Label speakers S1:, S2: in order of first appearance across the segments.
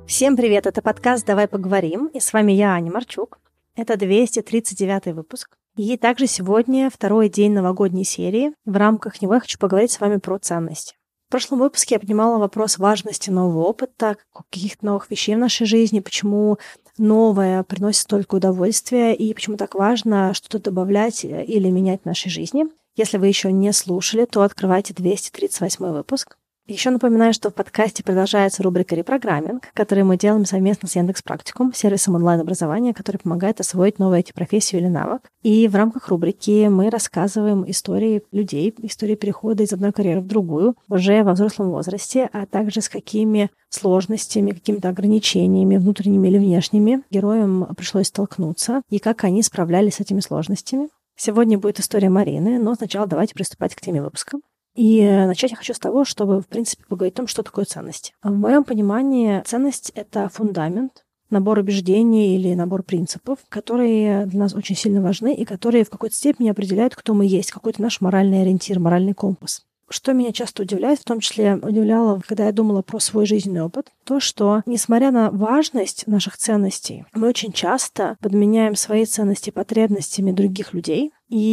S1: Всем привет, это подкаст «Давай поговорим», и с вами я, Аня Марчук. Это 239 выпуск. И также сегодня второй день новогодней серии. В рамках него я хочу поговорить с вами про ценности. В прошлом выпуске я поднимала вопрос важности нового опыта, каких-то новых вещей в нашей жизни, почему новое приносит столько удовольствия и почему так важно что-то добавлять или менять в нашей жизни. Если вы еще не слушали, то открывайте 238 выпуск. Еще напоминаю, что в подкасте продолжается рубрика «Репрограмминг», которую мы делаем совместно с Яндекс.Практикум, сервисом онлайн-образования, который помогает освоить новую IT-профессию или навык. И в рамках рубрики мы рассказываем истории людей, истории перехода из одной карьеры в другую уже во взрослом возрасте, а также с какими сложностями, какими-то ограничениями, внутренними или внешними, героям пришлось столкнуться и как они справлялись с этими сложностями. Сегодня будет история Марины, но сначала давайте приступать к теме выпуска. И начать я хочу с того, чтобы, в принципе, поговорить о том, что такое ценности. В моем понимании ценность — это фундамент, набор убеждений или набор принципов, которые для нас очень сильно важны и которые в какой-то степени определяют, кто мы есть, какой-то наш моральный ориентир, моральный компас. Что меня часто удивляет, в том числе удивляло, когда я думала про свой жизненный опыт, то, что, несмотря на важность наших ценностей, мы очень часто подменяем свои ценности потребностями других людей,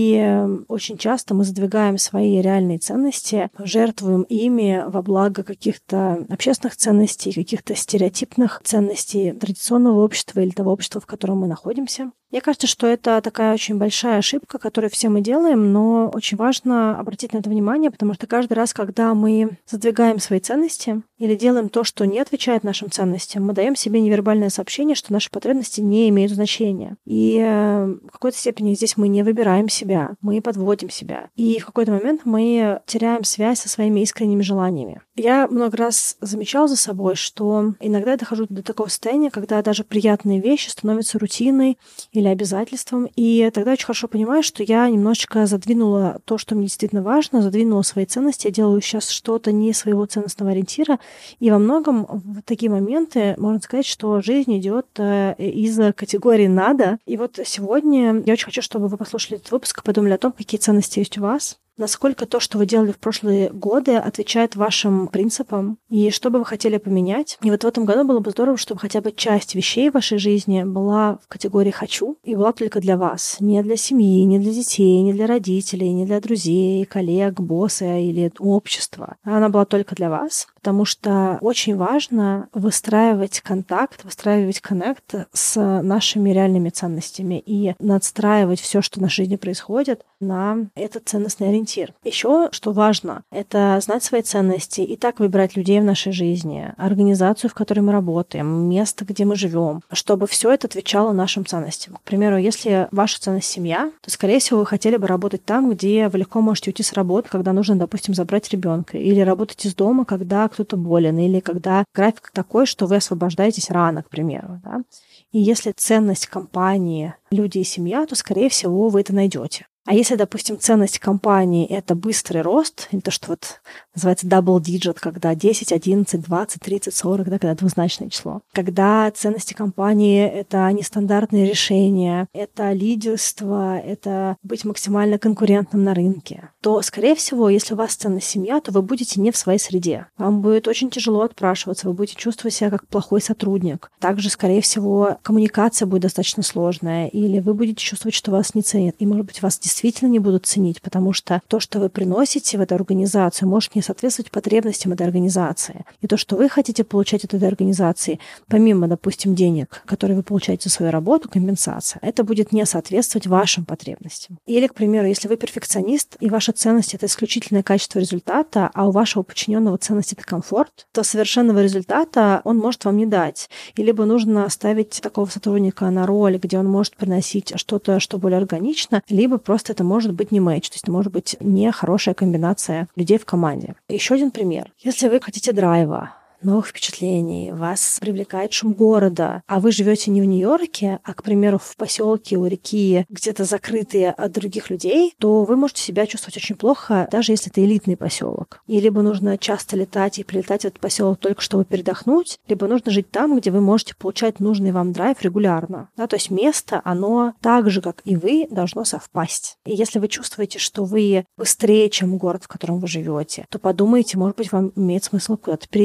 S1: и очень часто мы задвигаем свои реальные ценности, жертвуем ими во благо каких-то общественных ценностей, каких-то стереотипных ценностей традиционного общества или того общества, в котором мы находимся. Мне кажется, что это такая очень большая ошибка, которую все мы делаем, но очень важно обратить на это внимание, потому что каждый раз, когда мы задвигаем свои ценности или делаем то, что не отвечает нашим ценностям, мы даем себе невербальное сообщение, что наши потребности не имеют значения. И в какой-то степени здесь мы не выбираем себя, мы подводим себя. И в какой-то момент мы теряем связь со своими искренними желаниями. Я много раз замечала за собой, что иногда я дохожу до такого состояния, когда даже приятные вещи становятся рутиной или обязательством, и тогда очень хорошо понимаю, что я немножечко задвинула то, что мне действительно важно, задвинула свои ценности, я делаю сейчас что-то не своего ценностного ориентира, и во многом в такие моменты можно сказать, что жизнь идет из категории «надо». И вот сегодня я очень хочу, чтобы вы послушали этот выпуск и подумали о том, какие ценности есть у вас, насколько то, что вы делали в прошлые годы, отвечает вашим принципам, и что бы вы хотели поменять. И вот в этом году было бы здорово, чтобы хотя бы часть вещей в вашей жизни была в категории «хочу» и была только для вас. Не для семьи, не для детей, не для родителей, не для друзей, коллег, босса или общества. Она была только для вас, потому что очень важно выстраивать контакт, выстраивать коннект с нашими реальными ценностями и надстраивать все, что в нашей жизни происходит, на этот ценностный ориентир. Еще, что важно, это знать свои ценности и так выбирать людей в нашей жизни, организацию, в которой мы работаем, место, где мы живем, чтобы все это отвечало нашим ценностям. К примеру, если ваша ценность семья, то, скорее всего, вы хотели бы работать там, где вы легко можете уйти с работы, когда нужно, допустим, забрать ребенка, или работать из дома, когда кто-то болен, или когда график такой, что вы освобождаетесь рано, к примеру. Да? И если ценность компании люди и семья, то, скорее всего, вы это найдете. А если, допустим, ценность компании — это быстрый рост, или то, что вот называется double digit, когда 10, 11, 20, 30, 40, да, когда двузначное число. Когда ценности компании — это нестандартные решения, это лидерство, это быть максимально конкурентным на рынке, то, скорее всего, если у вас ценность семья, то вы будете не в своей среде. Вам будет очень тяжело отпрашиваться, вы будете чувствовать себя как плохой сотрудник. Также, скорее всего, коммуникация будет достаточно сложная, или вы будете чувствовать, что вас не ценят, и, может быть, вас действительно не будут ценить, потому что то, что вы приносите в эту организацию, может не соответствовать потребностям этой организации. И то, что вы хотите получать от этой организации, помимо, допустим, денег, которые вы получаете за свою работу, компенсация, это будет не соответствовать вашим потребностям. Или, к примеру, если вы перфекционист, и ваша ценность — это исключительное качество результата, а у вашего подчиненного ценность — это комфорт, то совершенного результата он может вам не дать. И либо нужно ставить такого сотрудника на роль, где он может приносить что-то, что более органично, либо просто это может быть не матч, то есть это может быть не хорошая комбинация людей в команде. Еще один пример. Если вы хотите драйва, новых впечатлений, вас привлекает шум города, а вы живете не в Нью-Йорке, а, к примеру, в поселке у реки, где-то закрытые от других людей, то вы можете себя чувствовать очень плохо, даже если это элитный поселок. И либо нужно часто летать и прилетать в этот поселок только чтобы передохнуть, либо нужно жить там, где вы можете получать нужный вам драйв регулярно. Да, то есть место, оно так же, как и вы, должно совпасть. И если вы чувствуете, что вы быстрее, чем город, в котором вы живете, то подумайте, может быть, вам имеет смысл куда-то переехать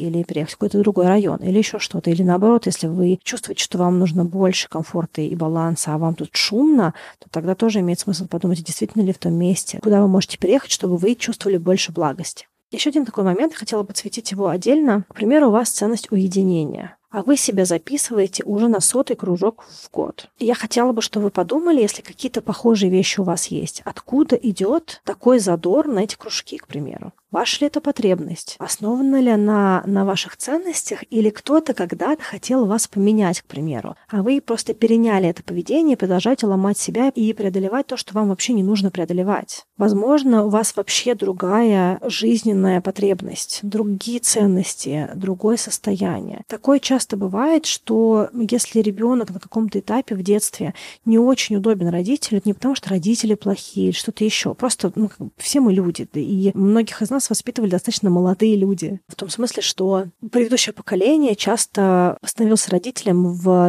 S1: или переехать в какой-то другой район, или еще что-то. Или наоборот, если вы чувствуете, что вам нужно больше комфорта и баланса, а вам тут шумно, то тогда тоже имеет смысл подумать, действительно ли в том месте, куда вы можете переехать, чтобы вы чувствовали больше благости. Еще один такой момент, я хотела подсветить его отдельно. К примеру, у вас ценность уединения, а вы себя записываете уже на 100-й кружок в год. И я хотела бы, чтобы вы подумали, если какие-то похожие вещи у вас есть, откуда идет такой задор на эти кружки, к примеру. Ваша ли это потребность? Основана ли она на ваших ценностях? Или кто-то когда-то хотел вас поменять, к примеру, а вы просто переняли это поведение и продолжаете ломать себя и преодолевать то, что вам вообще не нужно преодолевать? Возможно, у вас вообще другая жизненная потребность, другие ценности, другое состояние. Такое часто бывает, что если ребенок на каком-то этапе в детстве не очень удобен родителю, это не потому, что родители плохие или что-то еще. Просто все мы люди, и многих из нас воспитывали достаточно молодые люди. В том смысле, что предыдущее поколение часто становился родителем в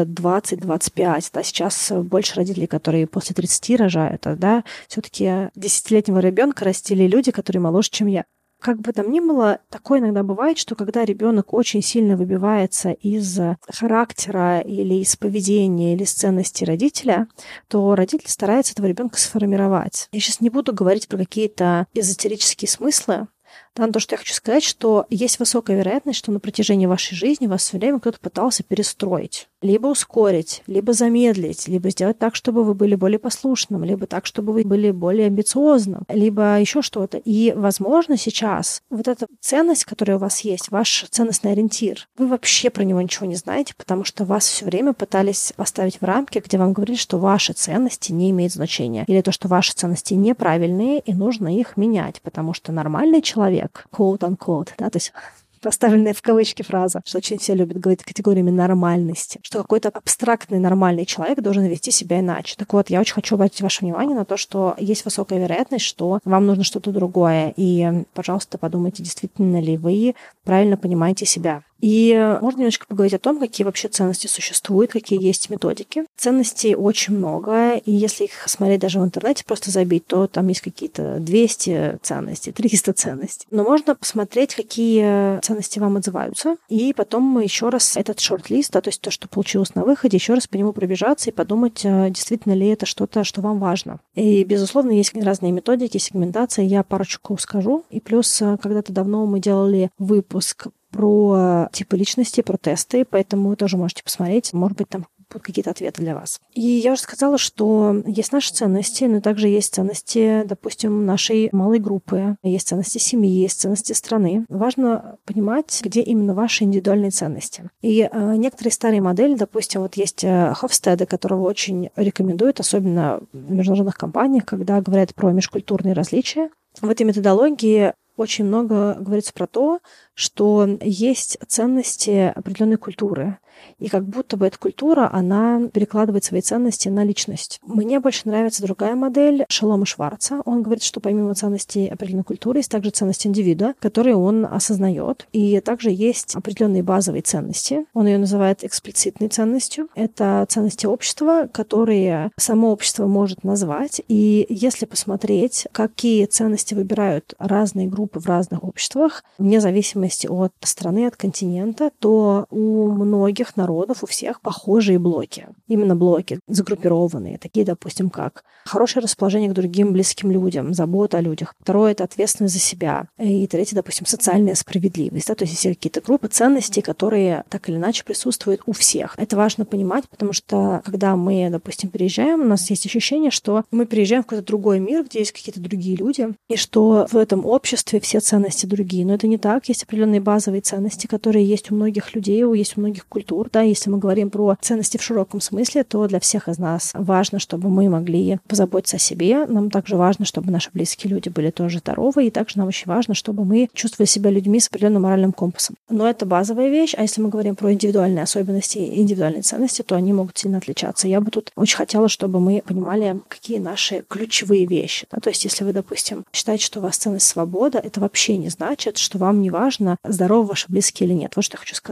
S1: 20-25. Да, сейчас больше родителей, которые после 30 рожают, да, все-таки 10-летнего ребенка растили люди, которые моложе, чем я. Как бы там ни было, такое иногда бывает, что когда ребенок очень сильно выбивается из характера или из поведения, или из ценностей родителя, то родитель старается этого ребенка сформировать. Я сейчас не буду говорить про какие-то эзотерические смыслы. Да, то, что я хочу сказать, что есть высокая вероятность, что на протяжении вашей жизни вас все время кто-то пытался перестроить. Либо ускорить, либо замедлить, либо сделать так, чтобы вы были более послушным, либо так, чтобы вы были более амбициозным, либо еще что-то. И, возможно, сейчас вот эта ценность, которая у вас есть, ваш ценностный ориентир, вы вообще про него ничего не знаете, потому что вас все время пытались поставить в рамки, где вам говорили, что ваши ценности не имеют значения, или то, что ваши ценности неправильные, и нужно их менять, потому что нормальный человек, quote-unquote, да, то есть поставленная в кавычки фраза, что очень все любят говорить категориями нормальности, что какой-то абстрактный нормальный человек должен вести себя иначе. Так вот, я очень хочу обратить ваше внимание на то, что есть высокая вероятность, что вам нужно что-то другое. И, пожалуйста, подумайте, действительно ли вы правильно понимаете себя. И можно немножко поговорить о том, какие вообще ценности существуют, какие есть методики. Ценностей очень много, и если их смотреть даже в интернете, просто забить, то там есть какие-то 200 ценностей, 300 ценностей. Но можно посмотреть, какие ценности вам отзываются, и потом еще раз этот шорт-лист, то есть то, что получилось на выходе, еще раз по нему пробежаться и подумать, действительно ли это что-то, что вам важно. И, безусловно, есть разные методики, сегментация, я парочку скажу. И плюс когда-то давно мы делали выпуск про типы личности, про тесты, поэтому вы тоже можете посмотреть, может быть, там будут какие-то ответы для вас. И я уже сказала, что есть наши ценности, но также есть ценности, допустим, нашей малой группы, есть ценности семьи, есть ценности страны. Важно понимать, где именно ваши индивидуальные ценности. И некоторые старые модели, допустим, вот есть Хофстеда, которого очень рекомендуют, особенно в международных компаниях, когда говорят про межкультурные различия. В этой методологии очень много говорится про то, что есть ценности определенной культуры. И как будто бы эта культура, она перекладывает свои ценности на личность. Мне больше нравится другая модель Шалома Шварца. Он говорит, что помимо ценностей определенной культуры есть также ценности индивида, которые он осознает. И также есть определенные базовые ценности. Он ее называет эксплицитной ценностью. Это ценности общества, которые само общество может назвать. И если посмотреть, какие ценности выбирают разные группы в разных обществах, вне зависимости от страны, от континента, то у многих народов, у всех похожие блоки. Именно блоки загруппированные, такие, допустим, как хорошее расположение к другим близким людям, забота о людях. Второе — это ответственность за себя. И третье, допустим, социальная справедливость. Да? То есть есть какие-то группы ценностей, которые так или иначе присутствуют у всех. Это важно понимать, потому что когда мы, допустим, переезжаем, у нас есть ощущение, что мы переезжаем в какой-то другой мир, где есть какие-то другие люди, и что в этом обществе все ценности другие. Но это не так. Есть определенные базовые ценности, которые есть у многих людей, есть у многих культур. Да? Если мы говорим про ценности в широком смысле, то для всех из нас важно, чтобы мы могли позаботиться о себе. Нам также важно, чтобы наши близкие люди были тоже здоровы, и также нам очень важно, чтобы мы чувствовали себя людьми с определенным моральным компасом. Но это базовая вещь, а если мы говорим про индивидуальные особенности и индивидуальные ценности, то они могут сильно отличаться. Я бы тут очень хотела, чтобы мы понимали, какие наши ключевые вещи. Да? То есть если вы, допустим, считаете, что у вас ценность свобода, это вообще не значит, что вам не важно, здоровы ваши близкие или нет. Вот что я хочу сказать.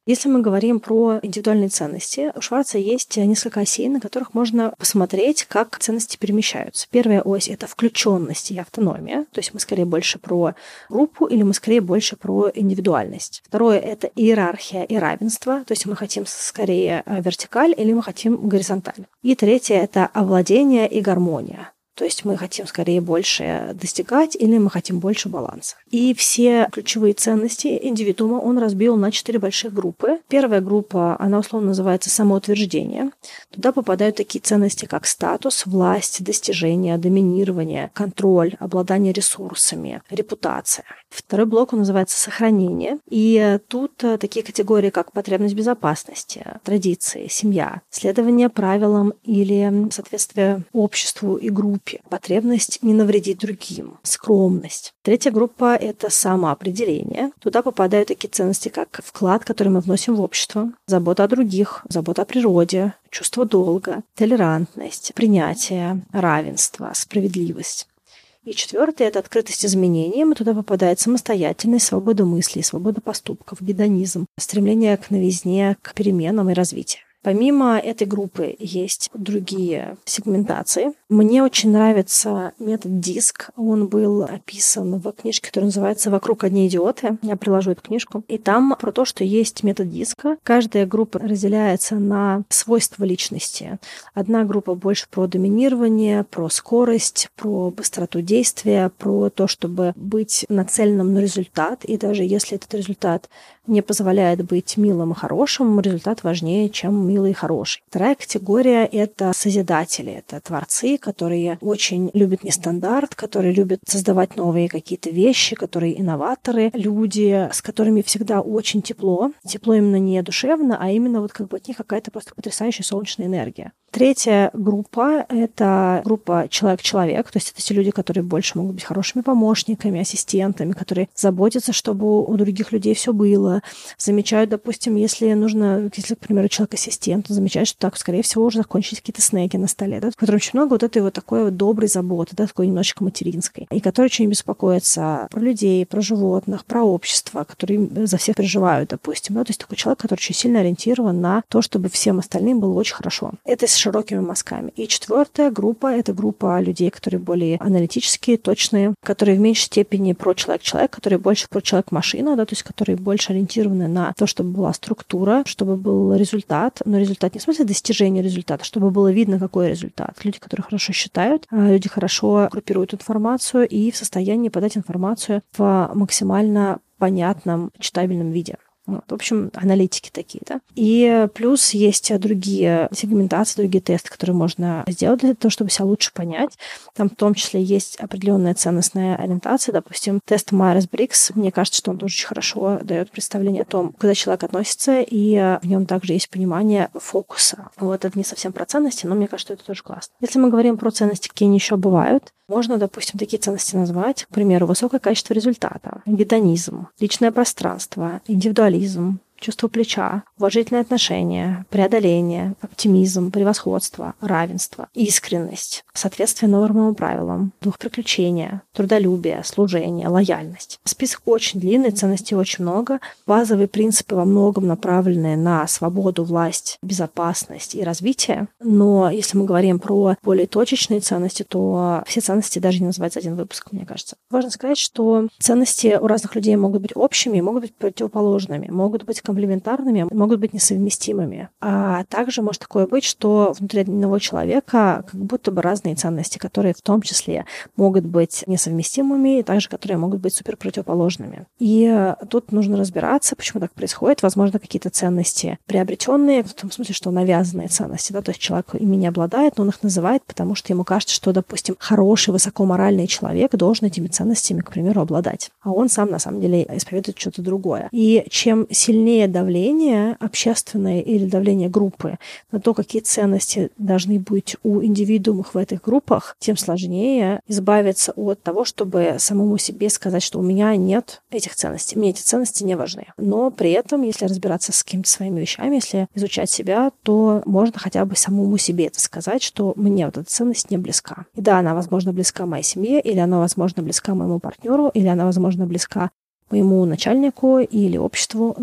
S1: Если мы говорим про индивидуальные ценности, у Шварца есть несколько осей, на которых можно посмотреть, как ценности перемещаются. Первая ось — это включенность и автономия, то есть мы скорее больше про группу или мы скорее больше про индивидуальность. Второе — это иерархия и равенство, то есть мы хотим скорее вертикаль или мы хотим горизонталь. И третье — это овладение и гармония. То есть мы хотим скорее больше достигать или мы хотим больше баланса. И все ключевые ценности индивидуума он разбил на 4 больших группы. Первая группа, она условно называется самоутверждение. Туда попадают такие ценности, как статус, власть, достижение, доминирование, контроль, обладание ресурсами, репутация. Второй блок он называется сохранение. И тут такие категории, как потребность безопасности, традиции, семья, следование правилам или соответствие обществу и группе, потребность не навредить другим, скромность. Третья группа — это самоопределение. Туда попадают такие ценности, как вклад, который мы вносим в общество, забота о других, забота о природе, чувство долга, толерантность, принятие, равенство, справедливость. И четвертое — это открытость изменениям, и туда попадает самостоятельность, свобода мыслей, свобода поступков, гедонизм, стремление к новизне, к переменам и развитию. Помимо этой группы есть другие сегментации. Мне очень нравится метод ДИСК. Он был описан в книжке, которая называется «Вокруг одни идиоты». Я приложу эту книжку. И там про то, что есть метод ДИСКа. Каждая группа разделяется на свойства личности. Одна группа больше про доминирование, про скорость, про быстроту действия, про то, чтобы быть нацеленным на результат. И даже если этот результат не позволяет быть милым и хорошим, результат важнее, чем милый и хороший. Вторая категория — это созидатели, это творцы, которые очень любят нестандарт, которые любят создавать новые какие-то вещи, которые инноваторы, люди, с которыми всегда очень тепло. Тепло именно не душевно, а именно вот как бы от них какая-то просто потрясающая солнечная энергия. Третья группа — это группа человек-человек, то есть это те люди, которые больше могут быть хорошими помощниками, ассистентами, которые заботятся, чтобы у других людей все было, замечают, допустим, если нужно, если, к примеру, человек-ассистент, он замечает, что так, скорее всего, уже закончились какие-то снеки на столе, да, в котором очень много вот этой вот такой вот доброй заботы, да, такой немножечко материнской, и который очень беспокоится про людей, про животных, про общество, которые за всех переживают, допустим, да, то есть такой человек, который очень сильно ориентирован на то, чтобы всем остальным было очень хорошо. Это с широкими мазками. И четвертая группа — это группа людей, которые более аналитические, точные, которые в меньшей степени про человек-человек, которые больше про человек-машина, да, то есть которые больше ориентированы на то, чтобы была структура, чтобы был результат, но результат не в смысле достижения результата, чтобы было видно, какой результат. Люди, которые хорошо считают, люди хорошо группируют информацию и в состоянии подать информацию в максимально понятном, читабельном виде. Вот, в общем, аналитики такие, да. И плюс есть другие сегментации, другие тесты, которые можно сделать для того, чтобы себя лучше понять. Там в том числе есть определенная ценностная ориентация. Допустим, тест Майерс-Бриггс, мне кажется, что он тоже очень хорошо дает представление о том, куда человек относится, и в нем также есть понимание фокуса. Вот это не совсем про ценности, но мне кажется, что это тоже классно. Если мы говорим про ценности, какие они еще бывают, можно, допустим, такие ценности назвать, к примеру, высокое качество результата, гедонизм, личное пространство, индивидуализм, чувство плеча, уважительные отношения, преодоление, оптимизм, превосходство, равенство, искренность, соответствие нормам и правилам, дух приключения, трудолюбие, служение, лояльность. Список очень длинный, ценностей очень много. Базовые принципы во многом направлены на свободу, власть, безопасность и развитие. Но если мы говорим про более точечные ценности, то все ценности даже не называются один выпуск, мне кажется. Важно сказать, что ценности у разных людей могут быть общими, могут быть противоположными, могут быть комплементарными, могут быть несовместимыми. А также может такое быть, что внутри одного человека как будто бы разные ценности, которые в том числе могут быть несовместимыми, и также которые могут быть супер противоположными. И тут нужно разбираться, почему так происходит. Возможно, какие-то ценности приобретенные, в том смысле, что навязанные ценности, да, то есть человек ими не обладает, но он их называет, потому что ему кажется, что, допустим, хороший, высокоморальный человек должен этими ценностями, к примеру, обладать. А он сам, на самом деле, исповедует что-то другое. И чем сильнее давление общественное или давление группы на то, какие ценности должны быть у индивидуумов в этих группах, тем сложнее избавиться от того, чтобы самому себе сказать, что у меня нет этих ценностей, мне эти ценности не важны. Но при этом, если разбираться с какими-то своими вещами, если изучать себя, то можно хотя бы самому себе это сказать, что мне вот эта ценность не близка. И да, она, возможно, близка моей семье, или она, возможно, близка моему партнеру, или она, возможно, близка моему начальнику или обществу, но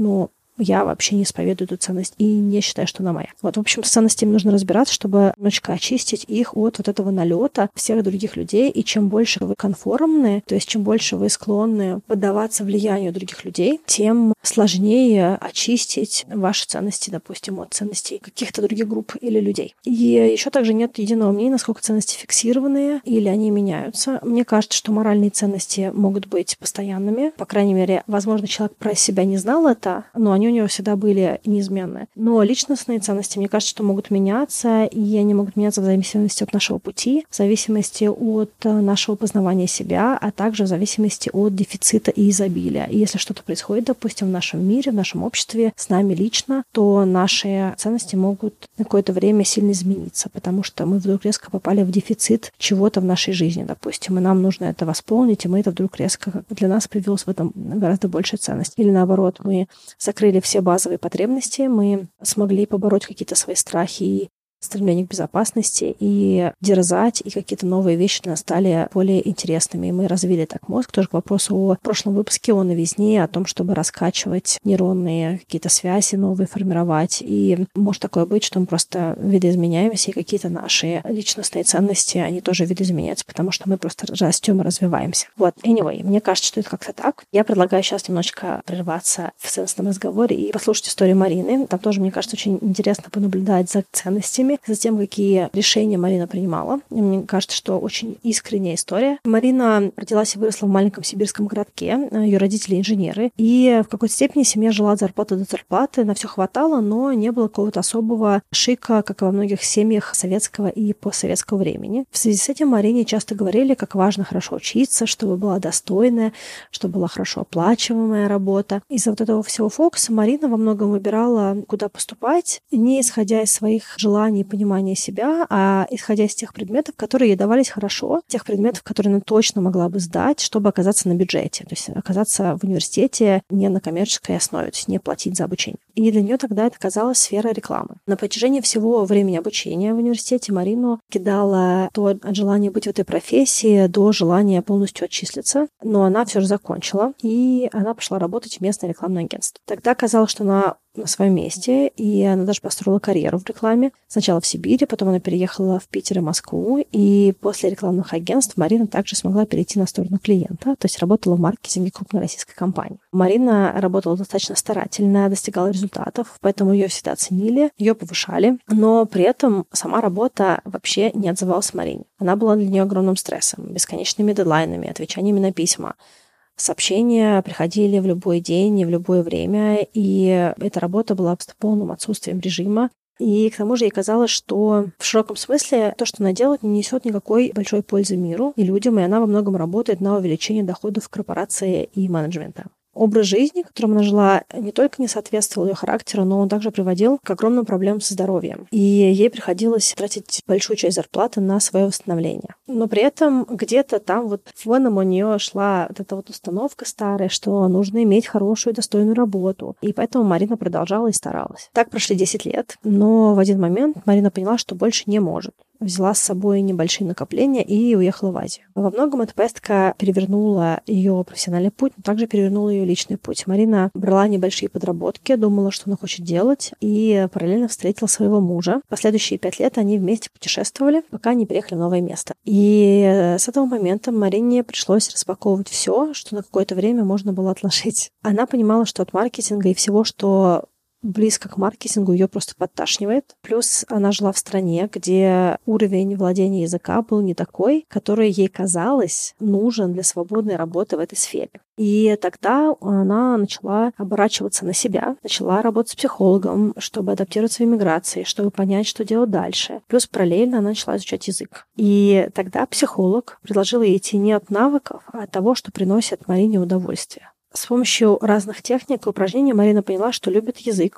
S1: я вообще не исповедую эту ценность и не считаю, что она моя. Вот, в общем, с ценностями нужно разбираться, чтобы немножечко очистить их от вот этого налета всех других людей. И чем больше вы конформны, то есть чем больше вы склонны поддаваться влиянию других людей, тем сложнее очистить ваши ценности, допустим, от ценностей каких-то других групп или людей. И еще также нет единого мнения, насколько ценности фиксированные или они меняются. Мне кажется, что моральные ценности могут быть постоянными. По крайней мере, возможно, человек про себя не знал это, но они у него всегда были неизменны. Но личностные ценности, мне кажется, что могут меняться, и они могут меняться в зависимости от нашего пути, в зависимости от нашего познавания себя, а также в зависимости от дефицита и изобилия. И если что-то происходит, допустим, в нашем мире, в нашем обществе, с нами лично, то наши ценности могут на какое-то время сильно измениться, потому что мы вдруг резко попали в дефицит чего-то в нашей жизни, допустим, и нам нужно это восполнить, и мы это вдруг резко для нас привелось в этом гораздо большая ценность. Или наоборот, мы закрыли все базовые потребности, мы смогли побороть какие-то свои страхи и стремление к безопасности и дерзать, и какие-то новые вещи для нас стали более интересными. И мы развили так мозг. Тоже к вопросу о прошлом выпуске, о новизне, о том, чтобы раскачивать нейронные какие-то связи новые, формировать. И может такое быть, что мы просто видоизменяемся, и какие-то наши личностные ценности, они тоже видоизменяются, потому что мы просто растем и развиваемся. Вот, anyway, мне кажется, что это как-то так. Я предлагаю сейчас немножечко прерваться в ценностном разговоре и послушать историю Марины. Там тоже, мне кажется, очень интересно понаблюдать за ценностями, за тем, какие решения Марина принимала. И мне кажется, что очень искренняя история. Марина родилась и выросла в маленьком сибирском городке. Ее родители инженеры. И в какой-то степени семья жила от зарплаты до зарплаты. На все хватало, но не было какого-то особого шика, как и во многих семьях советского и постсоветского времени. В связи с этим Марине часто говорили, как важно хорошо учиться, чтобы была достойная, чтобы была хорошо оплачиваемая работа. Из-за вот этого всего фокуса Марина во многом выбирала, куда поступать, не исходя из своих желаний и понимания себя, а исходя из тех предметов, которые ей давались хорошо, тех предметов, которые она точно могла бы сдать, чтобы оказаться на бюджете, то есть оказаться в университете не на коммерческой основе, то есть не платить за обучение. И для нее тогда это казалась сфера рекламы. На протяжении всего времени обучения в университете Марину кидала то от желания быть в этой профессии до желания полностью отчислиться, но она все же закончила, и она пошла работать в местное рекламное агентство. Тогда казалось, что она на своем месте, и она даже построила карьеру в рекламе. Сначала в Сибири, потом она переехала в Питер и Москву, и после рекламных агентств Марина также смогла перейти на сторону клиента, то есть работала в маркетинге крупной российской компании. Марина работала достаточно старательно, достигала результатов, поэтому ее всегда ценили, ее повышали, но при этом сама работа вообще не отзывалась Марине. Она была для нее огромным стрессом, бесконечными дедлайнами, отвечаниями на письма. Сообщения приходили в любой день и в любое время, и эта работа была с полным отсутствием режима. И к тому же ей казалось, что в широком смысле то, что она делает, не несет никакой большой пользы миру и людям, и она во многом работает на увеличение доходов корпорации и менеджмента. Образ жизни, которым она жила, не только не соответствовал ее характеру, но он также приводил к огромным проблемам со здоровьем. И ей приходилось тратить большую часть зарплаты на свое восстановление. Но при этом где-то там вот фоном у нее шла вот эта вот установка старая, что нужно иметь хорошую и достойную работу. И поэтому Марина продолжала и старалась. Так прошли 10 лет, но в один момент Марина поняла, что больше не может. Взяла с собой небольшие накопления и уехала в Азию. Во многом эта поездка перевернула ее профессиональный путь, но также перевернула ее личный путь. Марина брала небольшие подработки, думала, что она хочет делать, и параллельно встретила своего мужа. Последующие 5 лет они вместе путешествовали, пока не переехали в новое место. И с этого момента Марине пришлось распаковывать все, что на какое-то время можно было отложить. Она понимала, что от маркетинга и всего, что близко к маркетингу, ее просто подташнивает. Плюс она жила в стране, где уровень владения языка был не такой, который ей казалось нужен для свободной работы в этой сфере. И тогда она начала оборачиваться на себя, начала работать с психологом, чтобы адаптироваться в эмиграции, чтобы понять, что делать дальше. Плюс параллельно она начала изучать язык. И тогда психолог предложил ей идти не от навыков, а от того, что приносит Марине удовольствие. С помощью разных техник и упражнений Марина поняла, что любит язык,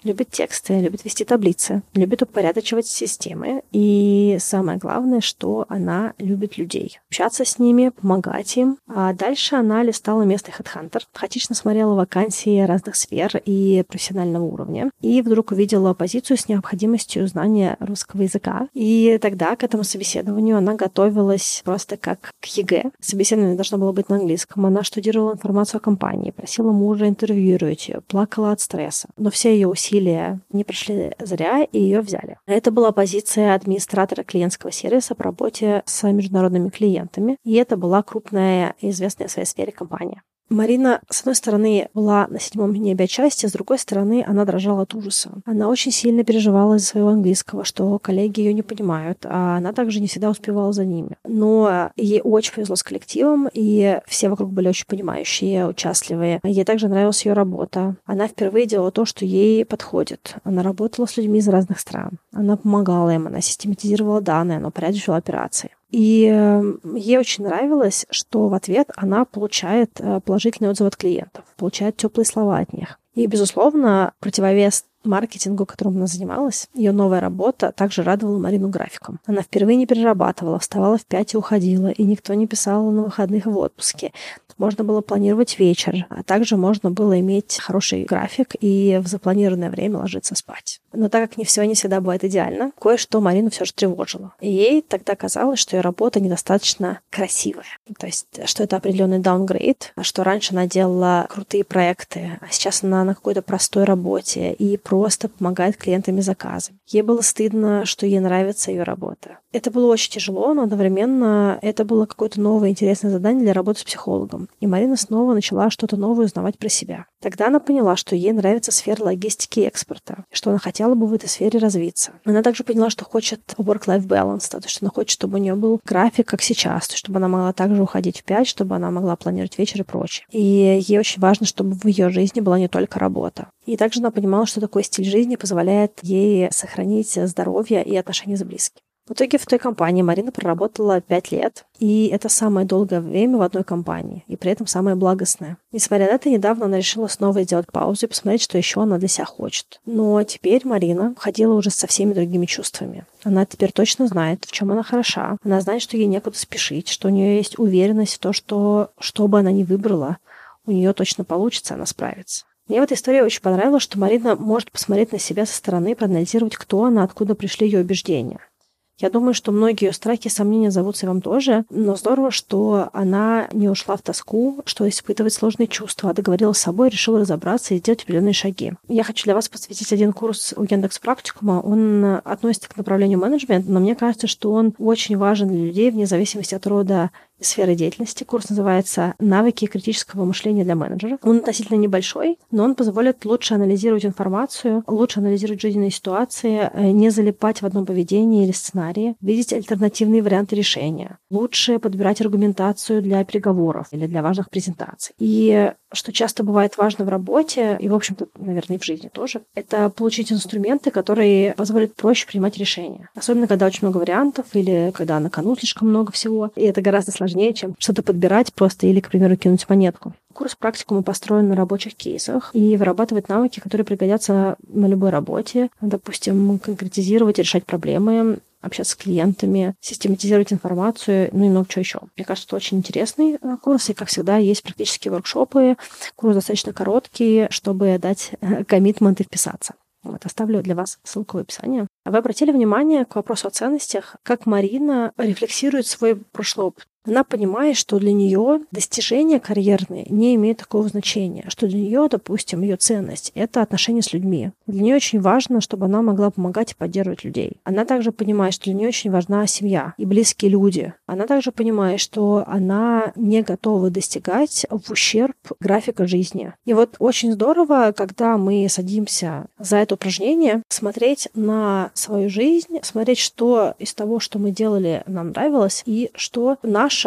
S1: любит тексты, любит вести таблицы, любит упорядочивать системы. И самое главное, что она любит людей. Общаться с ними, помогать им. А дальше она листала местный HeadHunter, хаотично смотрела вакансии разных сфер и профессионального уровня. И вдруг увидела позицию с необходимостью знания русского языка. И тогда к этому собеседованию она готовилась просто как к ЕГЭ. Собеседование должно было быть на английском. Она штудировала информацию о компании, просила мужа интервьюировать ее, плакала от стресса. Но все ее усилия не прошли зря, и ее взяли. Это была позиция администратора клиентского сервиса по работе с международными клиентами. И это была крупная и известная в своей сфере компания. Марина, с одной стороны, была на 7 небе от счастья, с другой стороны, она дрожала от ужаса. Она очень сильно переживала из-за своего английского, что коллеги ее не понимают, а она также не всегда успевала за ними. Но ей очень повезло с коллективом, и все вокруг были очень понимающие, участливые. Ей также нравилась ее работа. Она впервые делала то, что ей подходит. Она работала с людьми из разных стран. Она помогала им, она систематизировала данные, она упорядочивала операции. И ей очень нравилось, что в ответ она получает положительный отзыв от клиентов, получает теплые слова от них. И, безусловно, противовес маркетингу, которым она занималась, ее новая работа также радовала Марину графиком. Она впервые не перерабатывала, вставала в 5 и уходила, и никто не писал на выходных в отпуске. Можно было планировать вечер, а также можно было иметь хороший график и в запланированное время ложиться спать. Но так как не всегда бывает идеально, кое-что Марину все же тревожило. И ей тогда казалось, что ее работа недостаточно красивая. То есть, что это определенный даунгрейд, что раньше она делала крутые проекты, а сейчас она на какой-то простой работе и просто помогает клиентам заказами. Ей было стыдно, что ей нравится ее работа. Это было очень тяжело, но одновременно это было какое-то новое интересное задание для работы с психологом. И Марина снова начала что-то новое узнавать про себя. Тогда она поняла, что ей нравится сфера логистики и экспорта, что она хотела бы в этой сфере развиться. Она также поняла, что хочет work-life balance, то есть что она хочет, чтобы у нее был график, как сейчас, то есть чтобы она могла также уходить в 5, чтобы она могла планировать вечер и прочее. И ей очень важно, чтобы в ее жизни была не только работа. И также она понимала, что такой стиль жизни позволяет ей сохранить здоровье и отношения с близкими. В итоге в той компании Марина проработала 5 лет, и это самое долгое время в одной компании, и при этом самое благостное. Несмотря на это, недавно она решила снова сделать паузу и посмотреть, что еще она для себя хочет. Но теперь Марина ходила уже со всеми другими чувствами. Она теперь точно знает, в чем она хороша. Она знает, что ей некуда спешить, что у нее есть уверенность в том, что бы она ни выбрала, у нее точно получится, она справится. Мне в этой истории очень понравилось, что Марина может посмотреть на себя со стороны, проанализировать, кто она, откуда пришли ее убеждения. Я думаю, что многие ее страхи и сомнения зовутся и вам тоже, но здорово, что она не ушла в тоску, что испытывает сложные чувства, а договорилась с собой, решила разобраться и сделать определенные шаги. Я хочу для вас посвятить один курс у Яндекс.Практикума. Он относится к направлению менеджмент, но мне кажется, что он очень важен для людей вне зависимости от рода и сферы деятельности. Курс называется «Навыки критического мышления для менеджеров». Он относительно небольшой, но он позволит лучше анализировать информацию, лучше анализировать жизненные ситуации, не залипать в одном поведении или сценарии, видеть альтернативные варианты решения, лучше подбирать аргументацию для переговоров или для важных презентаций. И что часто бывает важно в работе, и, в общем-то, наверное, и в жизни тоже, это получить инструменты, которые позволят проще принимать решения. Особенно, когда очень много вариантов или когда на кону слишком много всего. И это гораздо сложнее, чем что-то подбирать просто или, к примеру, кинуть монетку. Курс практикума построен на рабочих кейсах и вырабатывает навыки, которые пригодятся на любой работе. Допустим, конкретизировать и решать проблемы, общаться с клиентами, систематизировать информацию, ну и много чего еще. Мне кажется, это очень интересный курс, и, как всегда, есть практические воркшопы. Курс достаточно короткий, чтобы дать коммитмент и вписаться. Вот, оставлю для вас ссылку в описании. Вы обратили внимание к вопросу о ценностях, как Марина рефлексирует свой прошлый опыт. Она понимает, что для нее достижения карьерные не имеют такого значения, что для нее, допустим, ее ценность — это отношения с людьми. Для нее очень важно, чтобы она могла помогать и поддерживать людей. Она также понимает, что для нее очень важна семья и близкие люди. Она также понимает, что она не готова достигать в ущерб графика жизни. И вот очень здорово, когда мы садимся за это упражнение, смотреть на свою жизнь, смотреть, что из того, что мы делали, нам нравилось, и что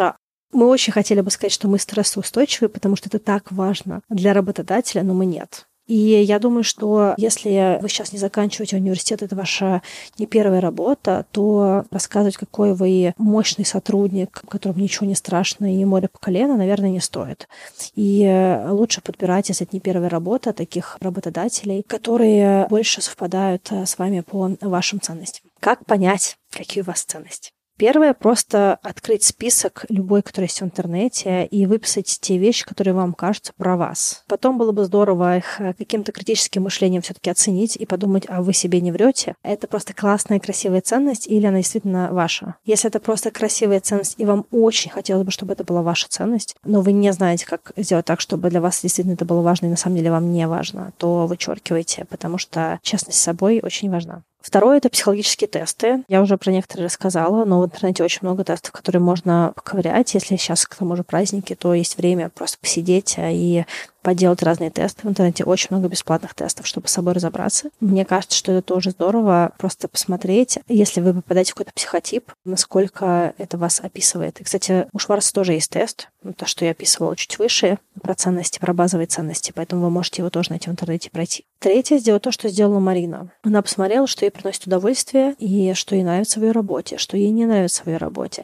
S1: мы очень хотели бы сказать, что мы стрессоустойчивы, потому что это так важно для работодателя, но мы нет. И я думаю, что если вы сейчас не заканчиваете университет, это ваша не первая работа, то рассказывать, какой вы мощный сотрудник, которому ничего не страшно и море по колено, наверное, не стоит. И лучше подбирать, если это не первая работа, таких работодателей, которые больше совпадают с вами по вашим ценностям. Как понять, какие у вас ценности? Первое — просто открыть список любой, который есть в интернете, и выписать те вещи, которые вам кажутся про вас. Потом было бы здорово их каким-то критическим мышлением все-таки оценить и подумать, а вы себе не врете? Это просто классная, красивая ценность или она действительно ваша? Если это просто красивая ценность, и вам очень хотелось бы, чтобы это была ваша ценность, но вы не знаете, как сделать так, чтобы для вас действительно это было важно, и на самом деле вам не важно, то вычеркивайте, потому что честность с собой очень важна. Второе — это психологические тесты. Я уже про некоторые рассказала, но в интернете очень много тестов, которые можно поковырять. Если сейчас к тому же праздники, то есть время просто посидеть и поделать разные тесты. В интернете очень много бесплатных тестов, чтобы с собой разобраться. Мне кажется, что это тоже здорово просто посмотреть, если вы попадаете в какой-то психотип, насколько это вас описывает. И, кстати, у Шварца тоже есть тест, то, что я описывала чуть выше, про ценности, про базовые ценности, поэтому вы можете его тоже найти в интернете и пройти. Третье — сделать то, что сделала Марина. Она посмотрела, что ей приносит удовольствие и что ей нравится в ее работе, что ей не нравится в ее работе.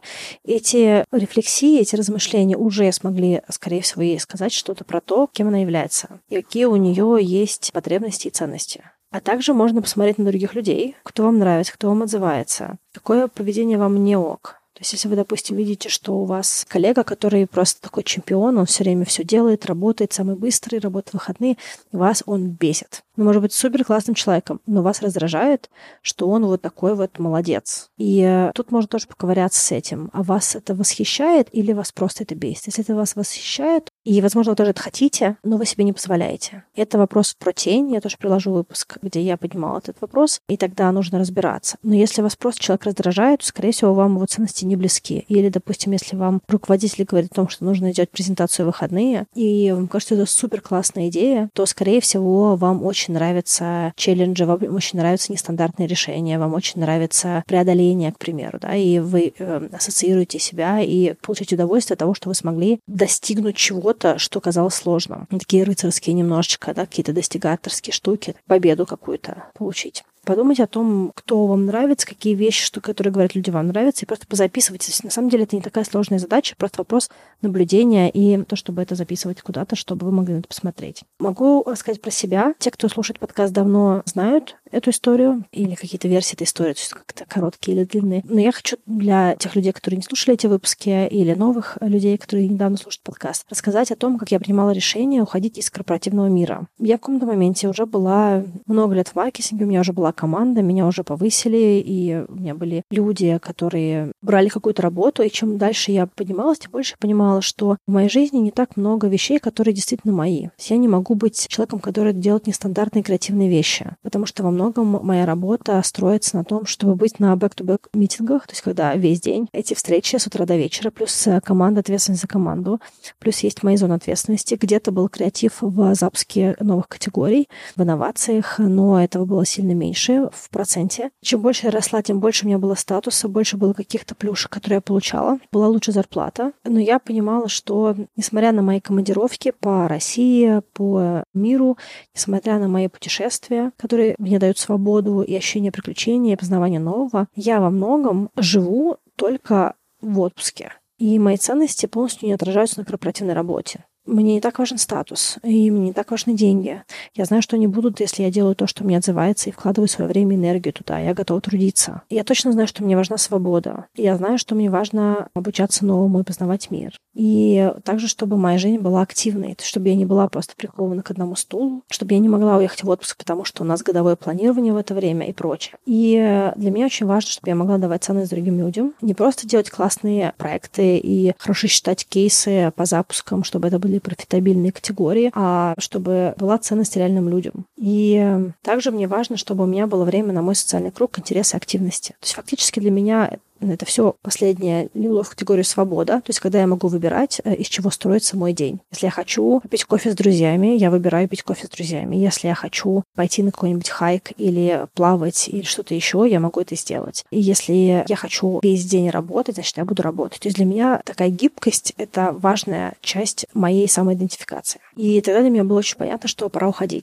S1: Эти рефлексии, эти размышления уже смогли, скорее всего, ей сказать что-то про то, кем она является, и какие у нее есть потребности и ценности. А также можно посмотреть на других людей, кто вам нравится, кто вам отзывается, какое поведение вам не ок. То есть, если вы, допустим, видите, что у вас коллега, который просто такой чемпион, он все время все делает, работает, самый быстрый, работает в выходные, и вас он бесит. Он может быть супер классным человеком, но вас раздражает, что он вот такой вот молодец. И тут можно тоже поковыряться с этим. А вас это восхищает или вас просто это бесит? Если это вас восхищает, и, возможно, вы тоже это хотите, но вы себе не позволяете. Это вопрос про тень. Я тоже приложу выпуск, где я поднимала этот вопрос, и тогда нужно разбираться. Но если вас просто человек раздражает, то, скорее всего, вам его ценности не близки. Или, допустим, если вам руководитель говорит о том, что нужно делать презентацию в выходные, и вам кажется, это супер классная идея, то, скорее всего, вам очень нравятся челленджи, вам очень нравятся нестандартные решения, вам очень нравится преодоление, к примеру, да, и вы ассоциируете себя и получаете удовольствие от того, что вы смогли достигнуть чего-то, что казалось сложным. Такие рыцарские немножечко, да, какие-то достигаторские штуки, победу какую-то получить. Подумайте о том, кто вам нравится, какие вещи, которые говорят люди, вам нравятся, и просто позаписывайте. На самом деле это не такая сложная задача, просто вопрос наблюдения и то, чтобы это записывать куда-то, чтобы вы могли на это посмотреть. Могу рассказать про себя. Те, кто слушает подкаст, давно знают эту историю или какие-то версии этой истории, то есть как-то короткие или длинные. Но я хочу для тех людей, которые не слушали эти выпуски, или новых людей, которые недавно слушают подкаст, рассказать о том, как я принимала решение уходить из корпоративного мира. Я в каком-то моменте уже была много лет в маркетинге, у меня уже была команда, меня уже повысили, и у меня были люди, которые брали какую-то работу, и чем дальше я поднималась, тем больше я понимала, что в моей жизни не так много вещей, которые действительно мои. То есть я не могу быть человеком, который делает нестандартные креативные вещи, потому что во многом моя работа строится на том, чтобы быть на back-to-back митингах, то есть когда весь день эти встречи с утра до вечера, плюс команда, ответственность за команду, плюс есть мои зоны ответственности. Где-то был креатив в запуске новых категорий, в инновациях, но этого было сильно меньше в проценте. Чем больше я росла, тем больше у меня было статуса, больше было каких-то плюшек, которые я получала. Была лучше зарплата. Но я понимала, что, несмотря на мои командировки по России, по миру, несмотря на мои путешествия, которые мне дают свободу и ощущение приключений, и познавания нового, я во многом живу только в отпуске. И мои ценности полностью не отражаются на корпоративной работе. Мне не так важен статус, и мне не так важны деньги. Я знаю, что они будут, если я делаю то, что мне отзывается, и вкладываю свое время и энергию туда. Я готова трудиться. Я точно знаю, что мне важна свобода. Я знаю, что мне важно обучаться новому и познавать мир. И также, чтобы моя жизнь была активной, чтобы я не была просто прикована к одному стулу, чтобы я не могла уехать в отпуск, потому что у нас годовое планирование в это время и прочее. И для меня очень важно, чтобы я могла давать ценность другим людям. Не просто делать классные проекты и хорошо считать кейсы по запускам, чтобы это были профитабельные категории, а чтобы была ценность реальным людям. И также мне важно, чтобы у меня было время на мой социальный круг, интересы, активности. То есть фактически для меня это все последнее легло в категорию свобода, то есть когда я могу выбирать, из чего строится мой день. Если я хочу пить кофе с друзьями, я выбираю пить кофе с друзьями. Если я хочу пойти на какой-нибудь хайк или плавать или что-то еще, я могу это сделать. И если я хочу весь день работать, значит, я буду работать. То есть для меня такая гибкость — это важная часть моей самоидентификации. И тогда для меня было очень понятно, что пора уходить.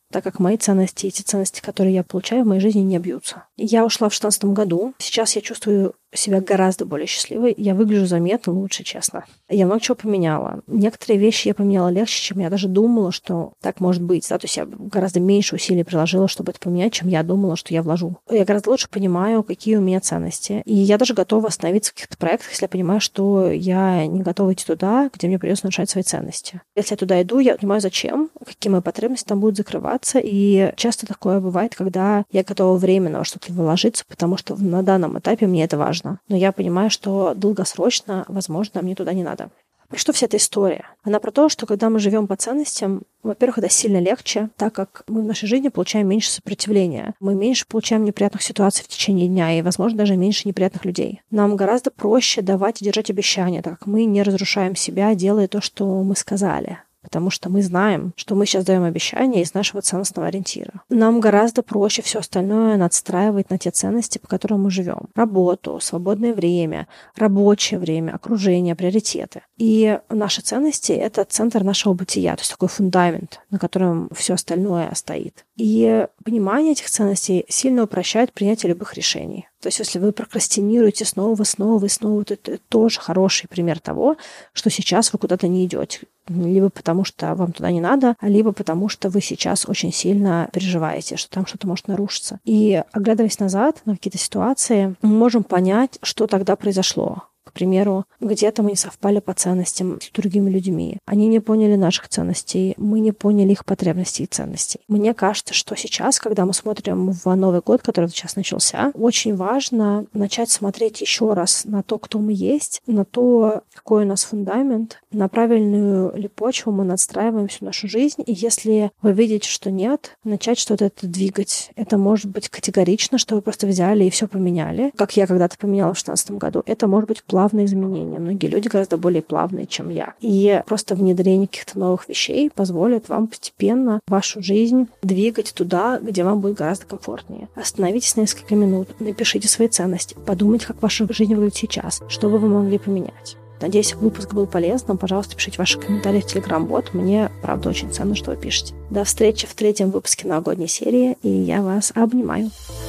S1: так как мои ценности и те ценности, которые я получаю в моей жизни, не бьются. Я ушла в 2016 году. Сейчас я чувствую себя гораздо более счастливой. Я выгляжу заметно лучше, честно. Я много чего поменяла. Некоторые вещи я поменяла легче, чем я даже думала, что так может быть. Да? То есть я гораздо меньше усилий приложила, чтобы это поменять, чем я думала, что я вложу. Я гораздо лучше понимаю, какие у меня ценности. И я даже готова остановиться в каких-то проектах, если я понимаю, что я не готова идти туда, где мне придется нарушать свои ценности. Если я туда иду, я понимаю, зачем, какие мои потребности там будут закрываться. И часто такое бывает, когда я готова временно во что-то вложиться, потому что на данном этапе мне это важно. Но я понимаю, что долгосрочно, возможно, мне туда не надо. Про что вся эта история? Она про то, что когда мы живем по ценностям, во-первых, это сильно легче, так как мы в нашей жизни получаем меньше сопротивления. Мы меньше получаем неприятных ситуаций в течение дня и, возможно, даже меньше неприятных людей. Нам гораздо проще давать и держать обещания, так как мы не разрушаем себя, делая то, что мы сказали. Потому что мы знаем, что мы сейчас даем обещания из нашего ценностного ориентира. Нам гораздо проще все остальное надстраивать на те ценности, по которым мы живем. Работу, свободное время, рабочее время, окружение, приоритеты. И наши ценности — это центр нашего бытия, то есть такой фундамент, на котором все остальное стоит. И понимание этих ценностей сильно упрощает принятие любых решений. То есть если вы прокрастинируете снова, то это тоже хороший пример того, что сейчас вы куда-то не идете. Либо потому, что вам туда не надо, либо потому, что вы сейчас очень сильно переживаете, что там что-то может нарушиться. И оглядываясь назад на какие-то ситуации, мы можем понять, что тогда произошло. К примеру, где-то мы не совпали по ценностям с другими людьми. Они не поняли наших ценностей, мы не поняли их потребностей и ценностей. Мне кажется, что сейчас, когда мы смотрим в Новый год, который сейчас начался, очень важно начать смотреть еще раз на то, кто мы есть, на то, какой у нас фундамент, на правильную ли почву мы надстраиваем всю нашу жизнь. И если вы видите, что нет, начать что-то это двигать. Это может быть категорично, что вы просто взяли и все поменяли, как я когда-то поменяла в 2016 году. Это может быть плавные изменения. Многие люди гораздо более плавные, чем я. И просто внедрение каких-то новых вещей позволит вам постепенно вашу жизнь двигать туда, где вам будет гораздо комфортнее. Остановитесь на несколько минут, напишите свои ценности, подумайте, как ваша жизнь выглядит сейчас, что бы вы могли поменять. Надеюсь, выпуск был полезным. Пожалуйста, пишите ваши комментарии в Telegram-бот. Мне, правда, очень ценно, что вы пишете. До встречи в 3-м выпуске новогодней серии, и я вас обнимаю.